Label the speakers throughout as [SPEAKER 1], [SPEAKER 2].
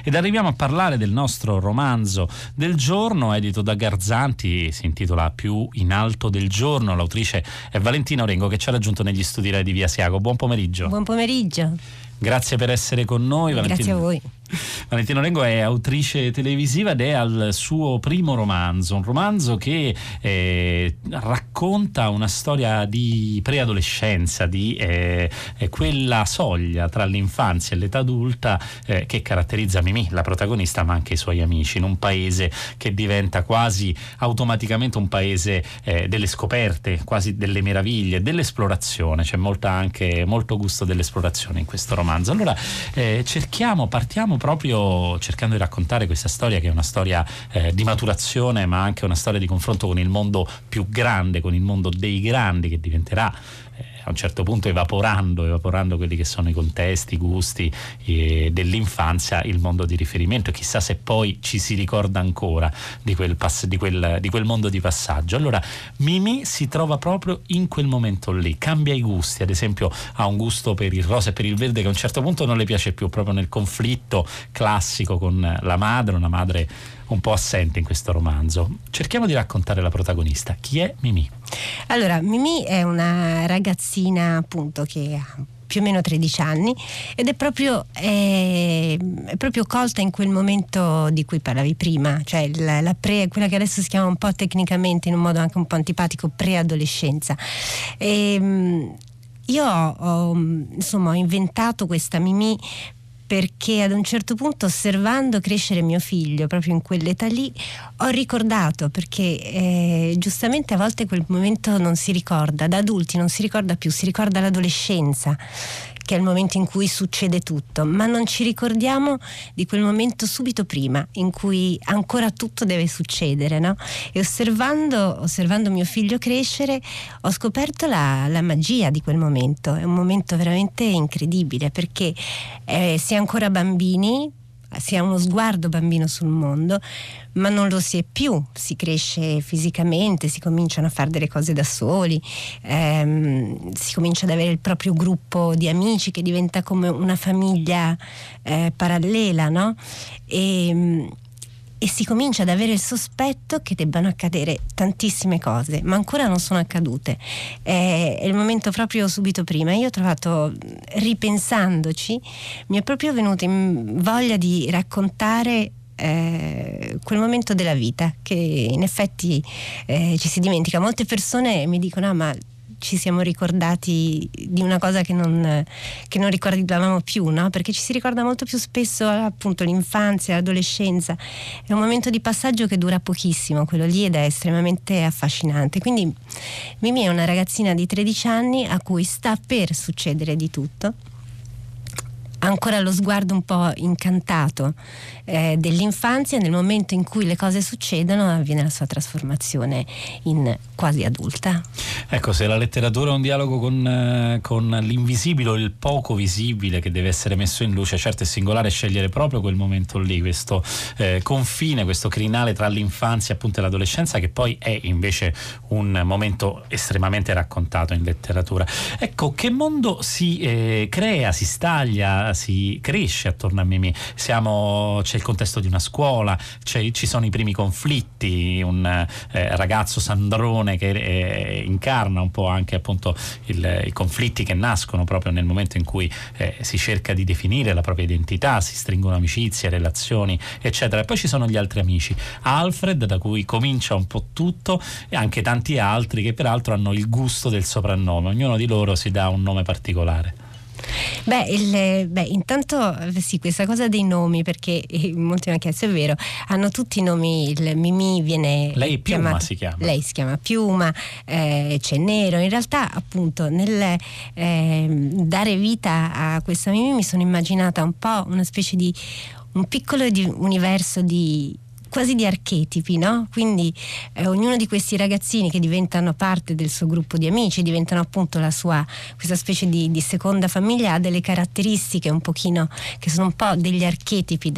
[SPEAKER 1] ed arriviamo a parlare del nostro romanzo del giorno, edito da Garzanti, si intitola Più in alto del giorno. L'autrice è Valentina Orengo, che ci ha raggiunto negli studi Rai di Via Asiago. Buon pomeriggio.
[SPEAKER 2] Buon pomeriggio.
[SPEAKER 1] Grazie per essere con noi, Valentina.
[SPEAKER 2] Grazie a voi.
[SPEAKER 1] Valentina Orengo è autrice televisiva ed è al suo primo romanzo, un romanzo che racconta una storia di preadolescenza, di quella soglia tra l'infanzia e l'età adulta che caratterizza Mimì, la protagonista, ma anche i suoi amici, in un paese che diventa quasi automaticamente un paese delle scoperte, quasi delle meraviglie, dell'esplorazione. C'è molto gusto dell'esplorazione in questo romanzo. Allora partiamo proprio cercando di raccontare questa storia, che è una storia di maturazione, ma anche una storia di confronto con il mondo più grande, con il mondo dei grandi, che diventerà a un certo punto evaporando quelli che sono i contesti, i gusti dell'infanzia, il mondo di riferimento. Chissà se poi ci si ricorda ancora di quel mondo di passaggio. Allora Mimì si trova proprio in quel momento lì, cambia i gusti, ad esempio ha un gusto per il rosa e per il verde che a un certo punto non le piace più, proprio nel conflitto classico con la madre, una madre un po' assente in questo romanzo. Cerchiamo di raccontare la protagonista. Chi è Mimì?
[SPEAKER 2] Allora, Mimì è una ragazzina appunto che ha più o meno 13 anni ed è proprio colta in quel momento di cui parlavi prima, cioè quella che adesso si chiama un po' tecnicamente, in un modo anche un po' antipatico, preadolescenza. Io ho inventato questa Mimì perché ad un certo punto, osservando crescere mio figlio proprio in quell'età lì, ho ricordato, perché giustamente a volte quel momento non si ricorda, da adulti non si ricorda più, si ricorda l'adolescenza, che è il momento in cui succede tutto, ma non ci ricordiamo di quel momento subito prima, in cui ancora tutto deve succedere, no? E osservando mio figlio crescere, ho scoperto la magia di quel momento. È un momento veramente incredibile, perché si è ancora bambini, si ha uno sguardo bambino sul mondo, ma non lo si è più, si cresce fisicamente, si cominciano a fare delle cose da soli, si comincia ad avere il proprio gruppo di amici che diventa come una famiglia parallela, no? E si comincia ad avere il sospetto che debbano accadere tantissime cose, ma ancora non sono accadute. È il momento proprio subito prima. Io ho trovato, ripensandoci, mi è proprio venuta in voglia di raccontare quel momento della vita che in effetti ci si dimentica. Molte persone mi dicono: ma ci siamo ricordati di una cosa che non ricordavamo più, no? Perché ci si ricorda molto più spesso appunto l'infanzia, l'adolescenza. È un momento di passaggio che dura pochissimo, quello lì, ed è estremamente affascinante. Quindi Mimì è una ragazzina di 13 anni a cui sta per succedere di tutto, ha ancora lo sguardo un po' incantato dell'infanzia. Nel momento in cui le cose succedono avviene la sua trasformazione in quasi adulta.
[SPEAKER 1] Ecco, se la letteratura è un dialogo con l'invisibile o il poco visibile che deve essere messo in luce, certo è singolare scegliere proprio quel momento lì, questo confine, questo crinale tra l'infanzia appunto e l'adolescenza, che poi è invece un momento estremamente raccontato in letteratura. Ecco, che mondo si crea, si staglia, si cresce attorno a Mimì? C'è il contesto di una scuola, ci sono i primi conflitti, un ragazzo Sandrone che incarna un po' anche appunto i conflitti che nascono proprio nel momento in cui si cerca di definire la propria identità, si stringono amicizie, relazioni, eccetera. E poi ci sono gli altri amici, Alfred, da cui comincia un po' tutto, e anche tanti altri che peraltro hanno il gusto del soprannome, ognuno di loro si dà un nome particolare.
[SPEAKER 2] Intanto sì, questa cosa dei nomi, perché molti mi hanno chiesto, è vero, hanno tutti i nomi. Il Mimì viene
[SPEAKER 1] Piuma, si chiama.
[SPEAKER 2] Lei si chiama Piuma, c'è Nero. In realtà appunto nel dare vita a questa Mimì mi sono immaginata un po' una specie di un piccolo universo quasi di archetipi, no? Quindi ognuno di questi ragazzini che diventano parte del suo gruppo di amici, diventano appunto questa specie di seconda famiglia, ha delle caratteristiche un pochino che sono un po' degli archetipi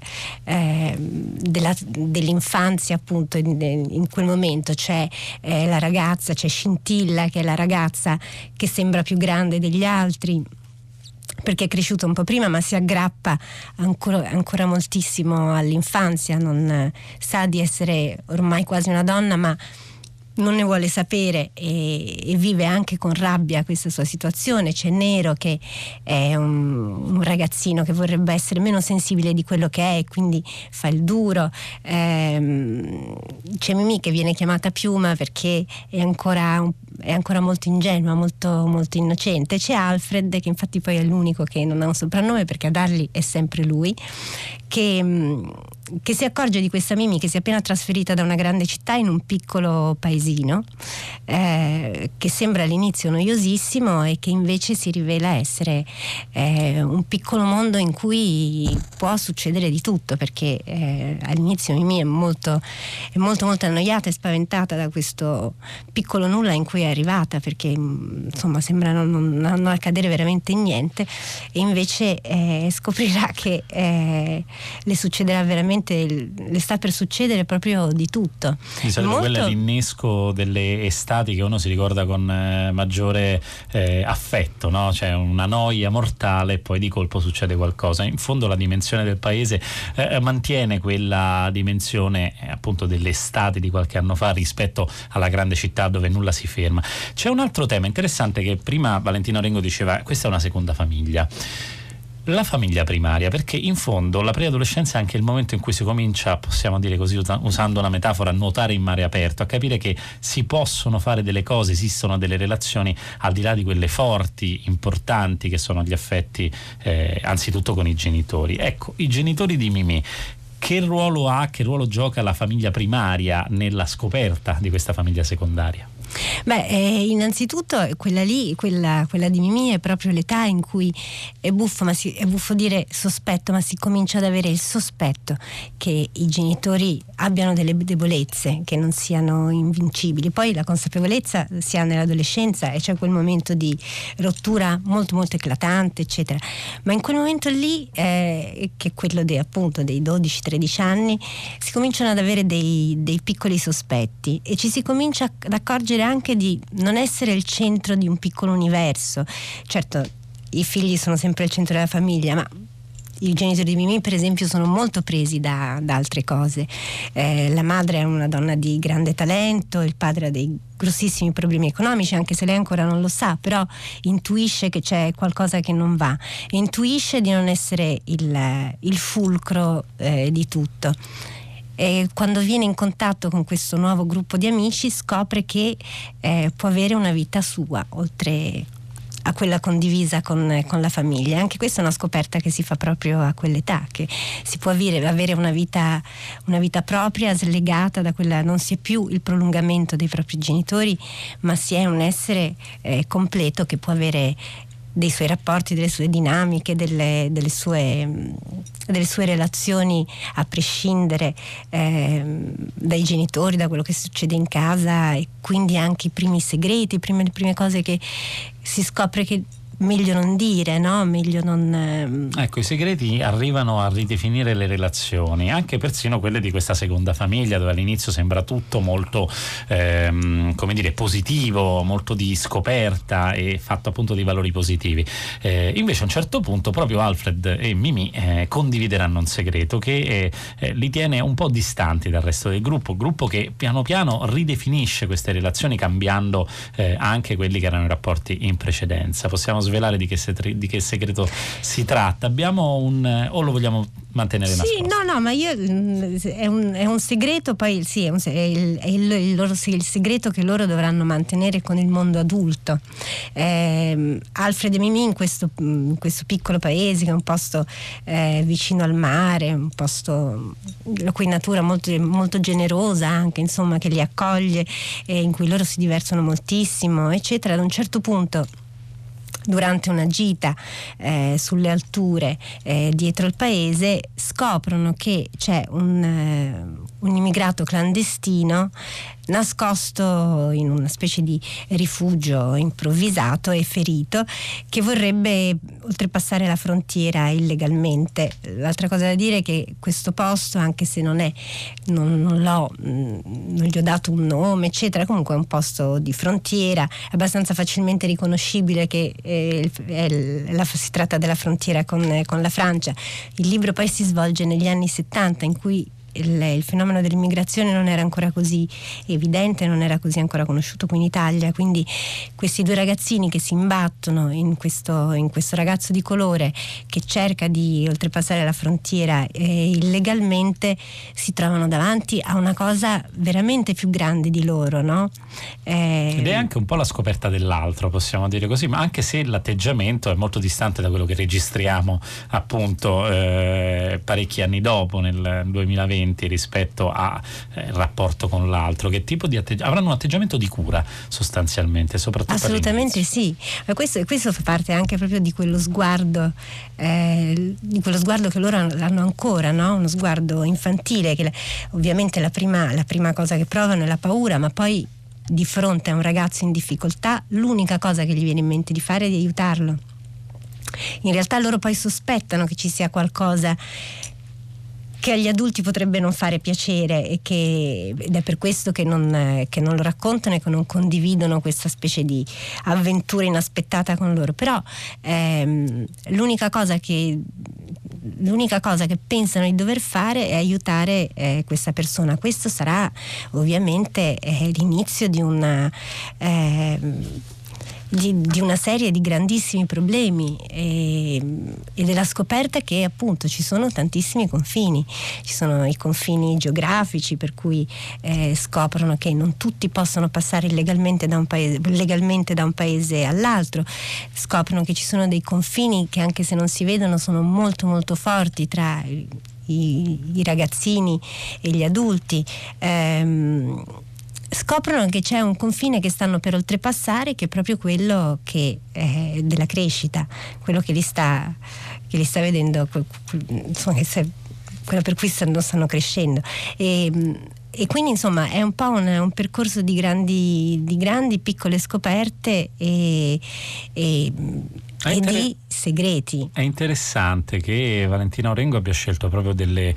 [SPEAKER 2] dell'infanzia, appunto. In quel momento c'è la ragazza, c'è Scintilla, che è la ragazza che sembra più grande degli altri, perché è cresciuto un po' prima, ma si aggrappa ancora moltissimo all'infanzia, non sa di essere ormai quasi una donna, ma non ne vuole sapere e vive anche con rabbia questa sua situazione. C'è Nero che è un ragazzino che vorrebbe essere meno sensibile di quello che è e quindi fa il duro. C'è Mimì che viene chiamata Piuma perché è ancora molto ingenua, molto, molto innocente. C'è Alfred che infatti poi è l'unico che non ha un soprannome perché a dargli è sempre lui, che si accorge di questa Mimì che si è appena trasferita da una grande città in un piccolo paesino che sembra all'inizio noiosissimo e che invece si rivela essere un piccolo mondo in cui può succedere di tutto, perché all'inizio Mimì è molto molto annoiata e spaventata da questo piccolo nulla in cui è arrivata, perché insomma sembra non accadere veramente niente, e invece scoprirà che le succederà veramente, le sta per succedere proprio di tutto.
[SPEAKER 1] Di solito quello è l'innesco delle estati che uno si ricorda con maggiore affetto, no? C'è una noia mortale e poi di colpo succede qualcosa. In fondo la dimensione del paese mantiene quella dimensione appunto delle estati di qualche anno fa rispetto alla grande città dove nulla si ferma. C'è un altro tema interessante che prima Valentino Rengo diceva: questa è una seconda famiglia. La famiglia primaria, perché in fondo la preadolescenza è anche il momento in cui si comincia, possiamo dire così, usando una metafora, a nuotare in mare aperto, a capire che si possono fare delle cose, esistono delle relazioni al di là di quelle forti, importanti, che sono gli affetti anzitutto con i genitori. Ecco, i genitori di Mimì, che ruolo gioca la famiglia primaria nella scoperta di questa famiglia secondaria?
[SPEAKER 2] Innanzitutto quella di Mimì è proprio l'età in cui è buffo dire sospetto, ma si comincia ad avere il sospetto che i genitori abbiano delle debolezze, che non siano invincibili. Poi la consapevolezza si ha nell'adolescenza e c'è quel momento di rottura molto molto eclatante, eccetera, ma in quel momento lì che è quello appunto dei 12-13 anni, si cominciano ad avere dei piccoli sospetti e ci si comincia ad accorgere anche di non essere il centro di un piccolo universo. Certo, i figli sono sempre il centro della famiglia, ma i genitori di Mimì per esempio sono molto presi da altre cose. La madre è una donna di grande talento, il padre ha dei grossissimi problemi economici, anche se lei ancora non lo sa, però intuisce che c'è qualcosa che non va, intuisce di non essere il fulcro di tutto. E quando viene in contatto con questo nuovo gruppo di amici scopre che può avere una vita sua oltre a quella condivisa con la famiglia. Anche questa è una scoperta che si fa proprio a quell'età, che si può avere una vita propria, slegata da quella, non si è più il prolungamento dei propri genitori, ma si è un essere completo che può avere dei suoi rapporti, delle sue dinamiche, delle sue relazioni a prescindere dai genitori, da quello che succede in casa, e quindi anche i primi segreti, le prime cose che si scopre che meglio non dire, no? Meglio non...
[SPEAKER 1] Ecco, i segreti arrivano a ridefinire le relazioni, anche persino quelle di questa seconda famiglia, dove all'inizio sembra tutto molto positivo, molto di scoperta e fatto appunto di valori positivi. Invece a un certo punto proprio Alfred e Mimì condivideranno un segreto che li tiene un po' distanti dal resto del gruppo che piano piano ridefinisce queste relazioni, cambiando anche quelli che erano i rapporti in precedenza. Possiamo svelare di che segreto si tratta? Abbiamo o lo vogliamo mantenere nascosto?
[SPEAKER 2] Sì, no, ma è un segreto, poi sì, è il segreto che loro dovranno mantenere con il mondo adulto. Alfred e Mimì in questo piccolo paese, che è un posto vicino al mare, un posto la cui natura molto, molto generosa anche, insomma, che li accoglie, in cui loro si divertono moltissimo, eccetera. Ad un certo punto, durante una gita sulle alture dietro il paese, scoprono che c'è un un immigrato clandestino nascosto in una specie di rifugio improvvisato e ferito, che vorrebbe oltrepassare la frontiera illegalmente. L'altra cosa da dire è che questo posto, anche se non gli ho dato un nome eccetera, comunque è un posto di frontiera abbastanza facilmente riconoscibile, che si tratta della frontiera con la Francia. Il libro poi si svolge negli anni 70, in cui il fenomeno dell'immigrazione non era ancora così evidente, non era così ancora conosciuto qui in Italia, quindi questi due ragazzini che si imbattono in questo ragazzo di colore che cerca di oltrepassare la frontiera illegalmente, si trovano davanti a una cosa veramente più grande di loro, no?
[SPEAKER 1] Ed è anche un po' la scoperta dell'altro, possiamo dire così, ma anche se l'atteggiamento è molto distante da quello che registriamo appunto parecchi anni dopo, nel 2020, rispetto al rapporto con l'altro. Che tipo di avranno un atteggiamento di cura sostanzialmente, soprattutto
[SPEAKER 2] assolutamente sì, ma questo fa parte anche proprio di quello sguardo che loro hanno ancora, no? Uno sguardo infantile, che ovviamente la prima cosa che provano è la paura, ma poi di fronte a un ragazzo in difficoltà l'unica cosa che gli viene in mente di fare è di aiutarlo. In realtà loro poi sospettano che ci sia qualcosa che agli adulti potrebbe non fare piacere ed è per questo che non lo raccontano e che non condividono questa specie di avventura inaspettata con loro. Però l'unica cosa che pensano di dover fare è aiutare questa persona. Questo sarà ovviamente l'inizio di una serie di grandissimi problemi e della scoperta che appunto ci sono tantissimi confini. Ci sono i confini geografici, per cui scoprono che non tutti possono passare legalmente da un paese all'altro. Scoprono che ci sono dei confini che, anche se non si vedono, sono molto molto forti tra i ragazzini e gli adulti. Scoprono che c'è un confine che stanno per oltrepassare, che è proprio quello della crescita, quello che li sta vedendo, insomma, quello per cui stanno crescendo. E quindi insomma è un po' un percorso di grandi piccole scoperte e di segreti.
[SPEAKER 1] È interessante che Valentina Orengo abbia scelto proprio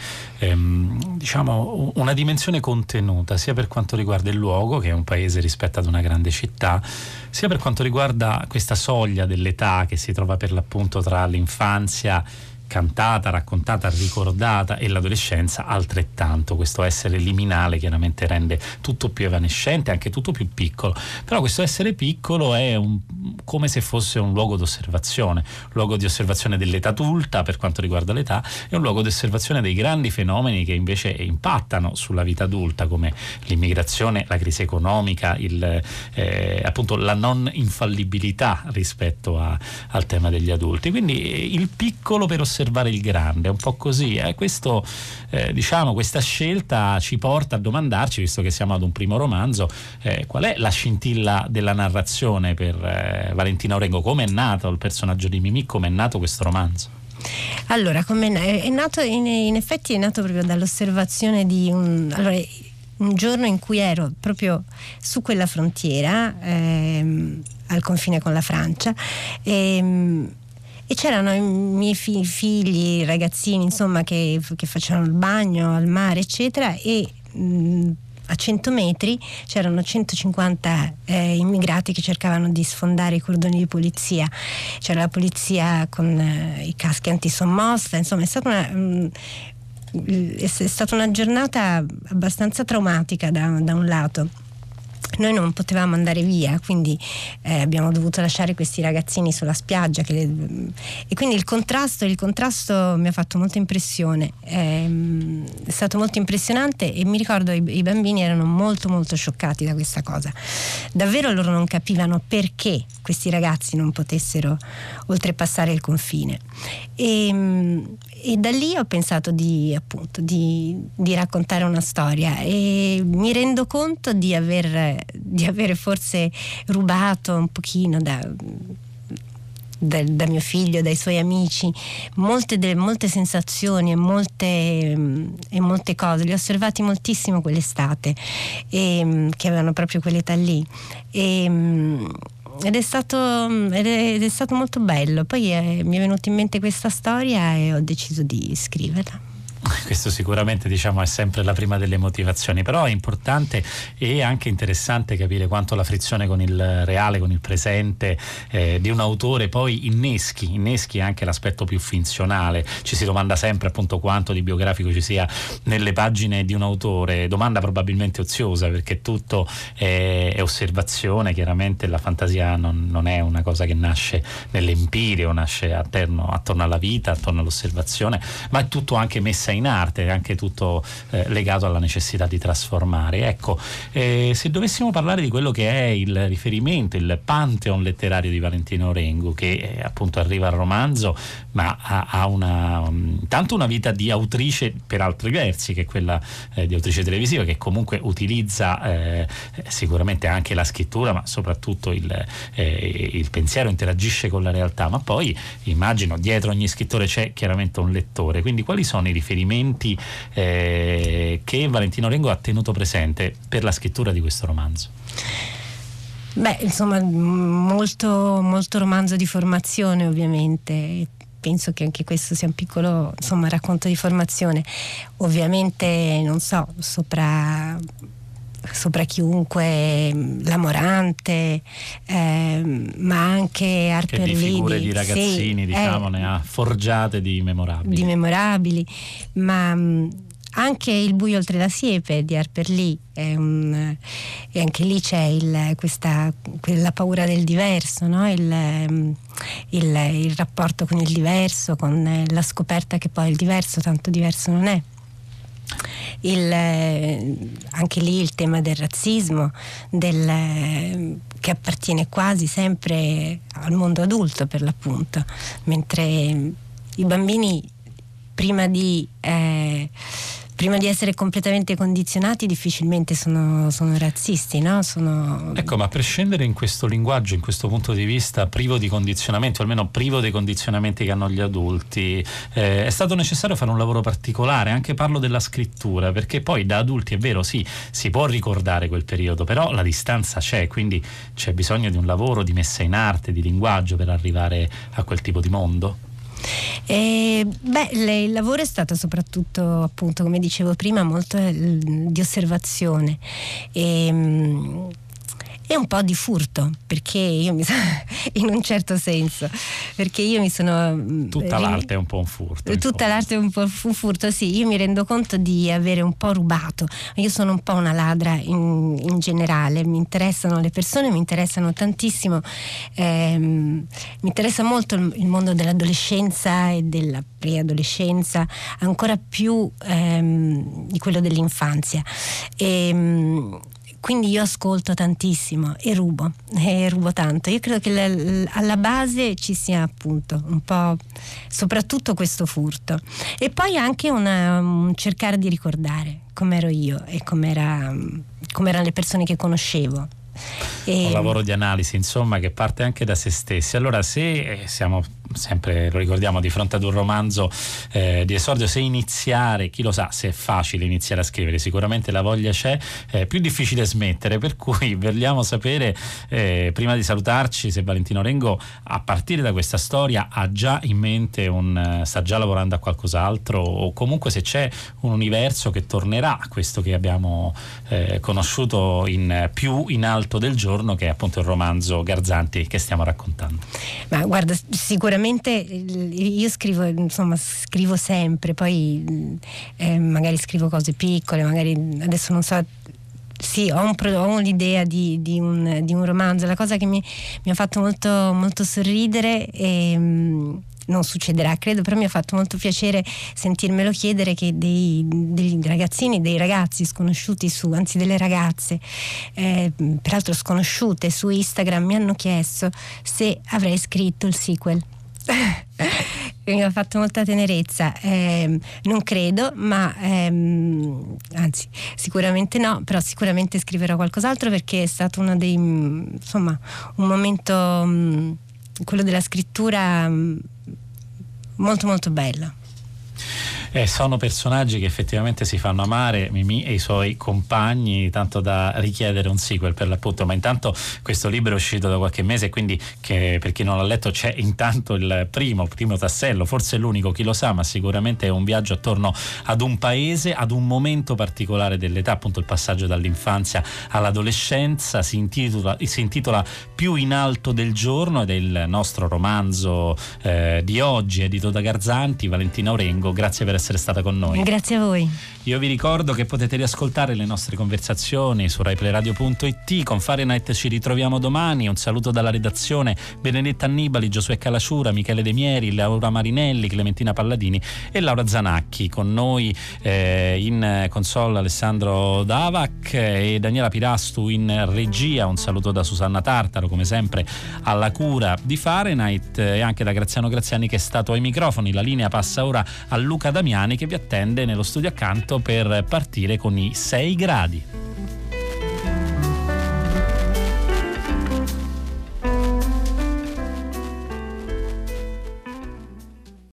[SPEAKER 1] una dimensione contenuta, sia per quanto riguarda il luogo, che è un paese rispetto ad una grande città, sia per quanto riguarda questa soglia dell'età che si trova per l'appunto tra l'infanzia cantata, raccontata, ricordata e l'adolescenza altrettanto. Questo essere liminale chiaramente rende tutto più evanescente, anche tutto più piccolo, però questo essere piccolo è come se fosse un luogo d'osservazione dell'età adulta per quanto riguarda l'età, e un luogo di osservazione dei grandi fenomeni che invece impattano sulla vita adulta, come l'immigrazione, la crisi economica, appunto la non infallibilità rispetto al tema degli adulti. Quindi il piccolo per osservare il grande, è un po' così. Questo, questa scelta ci porta a domandarci, visto che siamo ad un primo romanzo, qual è la scintilla della narrazione per Valentina Orengo? Come è nato il personaggio di Mimì? Come è nato questo romanzo?
[SPEAKER 2] Allora, è nato in effetti è nato proprio dall'osservazione di un giorno in cui ero proprio su quella frontiera al confine con la Francia e c'erano i miei figli, ragazzini, insomma, che facevano il bagno al mare, eccetera, e a 100 metri c'erano 150 immigrati che cercavano di sfondare i cordoni di polizia. C'era la polizia con i caschi antisommossa, insomma è stata una giornata abbastanza traumatica da un lato. Noi non potevamo andare via, quindi abbiamo dovuto lasciare questi ragazzini sulla spiaggia e quindi il contrasto mi ha fatto molta impressione, è stato molto impressionante, e mi ricordo i bambini erano molto molto scioccati da questa cosa. Davvero loro non capivano perché questi ragazzi non potessero oltrepassare il confine, e da lì ho pensato di raccontare una storia, e mi rendo conto di avere forse rubato un pochino da mio figlio, dai suoi amici, molte sensazioni e molte cose. Li ho osservati moltissimo quell'estate, che avevano proprio quell'età lì. Ed è stato molto bello. Poi mi è venuta in mente questa storia e ho deciso di scriverla.
[SPEAKER 1] Questo sicuramente, diciamo, è sempre la prima delle motivazioni, però è importante e anche interessante capire quanto la frizione con il reale, con il presente di un autore poi inneschi anche l'aspetto più finzionale. Ci si domanda sempre appunto quanto di biografico ci sia nelle pagine di un autore, domanda probabilmente oziosa, perché tutto è osservazione. Chiaramente la fantasia non è una cosa che nasce nell'empirio, nasce attorno alla vita, attorno all'osservazione, ma è tutto anche messa in arte, è anche tutto legato alla necessità di trasformare. Ecco, se dovessimo parlare di quello che è il riferimento, il pantheon letterario di Valentino Rengo, che appunto arriva al romanzo, ma ha tanto una vita di autrice per altri versi, che è quella di autrice televisiva, che comunque utilizza sicuramente anche la scrittura, ma soprattutto il pensiero, interagisce con la realtà. Ma poi immagino dietro ogni scrittore c'è chiaramente un lettore, quindi quali sono i riferimenti che Valentino Rengo ha tenuto presente per la scrittura di questo romanzo?
[SPEAKER 2] Beh, insomma, molto, molto romanzo di formazione, ovviamente. Penso che anche questo sia un piccolo, insomma, racconto di formazione. Ovviamente, non so, sopra chiunque, La Morante, ma anche Harper Lee,
[SPEAKER 1] che di figure di ragazzini, diciamo, ne ha forgiate di memorabili, ma anche Il buio oltre la siepe di Harper Lee e anche lì c'è quella paura del diverso, no? Il rapporto con il diverso, con la scoperta che poi il diverso tanto diverso non è. Anche lì il tema del razzismo, che appartiene quasi sempre al mondo adulto, per l'appunto, mentre i bambini prima di essere completamente condizionati difficilmente sono razzisti, no? Ecco, ma per scendere in questo linguaggio, in questo punto di vista privo di condizionamenti, o almeno privo dei condizionamenti che hanno gli adulti, è stato necessario fare un lavoro particolare. Anche parlo della scrittura, perché poi da adulti è vero, sì, si può ricordare quel periodo, però la distanza c'è, quindi c'è bisogno di un lavoro di messa in arte, di linguaggio per arrivare a quel tipo di mondo.
[SPEAKER 2] Il lavoro è stato soprattutto, appunto, come dicevo prima, molto di osservazione e un po' di furto, perché in un certo senso, perché io mi sono
[SPEAKER 1] tutta l'arte è un po' un furto,
[SPEAKER 2] l'arte è un po' un furto, sì. Io mi rendo conto di avere un po' rubato. Io sono un po' una ladra in generale, mi interessano le persone, mi interessano tantissimo, mi interessa molto il mondo dell'adolescenza e della preadolescenza, ancora più di quello dell'infanzia, quindi io ascolto tantissimo e rubo tanto. Io credo che alla base ci sia appunto un po' soprattutto questo furto, e poi anche un cercare di ricordare com'ero io e com'erano le persone che conoscevo.
[SPEAKER 1] Un lavoro di analisi, insomma, che parte anche da se stessi. Allora, se siamo sempre, lo ricordiamo, di fronte ad un romanzo di esordio, se iniziare, chi lo sa se è facile iniziare a scrivere, sicuramente la voglia c'è, più difficile smettere, per cui vogliamo sapere, prima di salutarci, se Valentino Rengo, a partire da questa storia, ha già in mente sta già lavorando a qualcos'altro, o comunque se c'è un universo che tornerà a questo che abbiamo conosciuto più in alto del giorno, che è appunto il romanzo Garzanti che stiamo raccontando.
[SPEAKER 2] Ma guarda, sicuramente io scrivo sempre, poi magari scrivo cose piccole, magari adesso non so. Sì, ho un'idea di un romanzo. La cosa che mi ha fatto molto, molto sorridere non succederà, credo, però mi ha fatto molto piacere sentirmelo chiedere, che dei ragazzini, dei ragazzi sconosciuti anzi delle ragazze, peraltro sconosciute, su Instagram mi hanno chiesto se avrei scritto il sequel. Mi ha fatto molta tenerezza. Non credo, ma anzi sicuramente no, però sicuramente scriverò qualcos'altro, perché è stato un momento quello della scrittura molto molto bella.
[SPEAKER 1] Sono personaggi che effettivamente si fanno amare, Mimì e i suoi compagni, tanto da richiedere un sequel per l'appunto. Ma intanto questo libro è uscito da qualche mese, quindi che, per chi non l'ha letto, c'è intanto il primo tassello, forse l'unico, chi lo sa, ma sicuramente è un viaggio attorno ad un paese, ad un momento particolare dell'età, appunto il passaggio dall'infanzia all'adolescenza. Si intitola Più in alto del giorno ed è il nostro romanzo di oggi, edito da Garzanti. Valentina Orengo, grazie per essere stata con noi.
[SPEAKER 2] Grazie a voi.
[SPEAKER 1] Io vi ricordo che potete riascoltare le nostre conversazioni su raiplayradio.it. Con Fahrenheit ci ritroviamo domani. Un saluto dalla redazione: Benedetta Annibali, Giosuè Calaciura, Michele De Mieri, Laura Marinelli, Clementina Palladini e Laura Zanacchi. Con noi in console Alessandro Davac e Daniela Pirastu in regia. Un saluto da Susanna Tartaro, come sempre alla cura di Fahrenheit, e anche da Graziano Graziani, che è stato ai microfoni. La linea passa ora a Luca Damiani, che vi attende nello studio accanto per partire con i 6 gradi.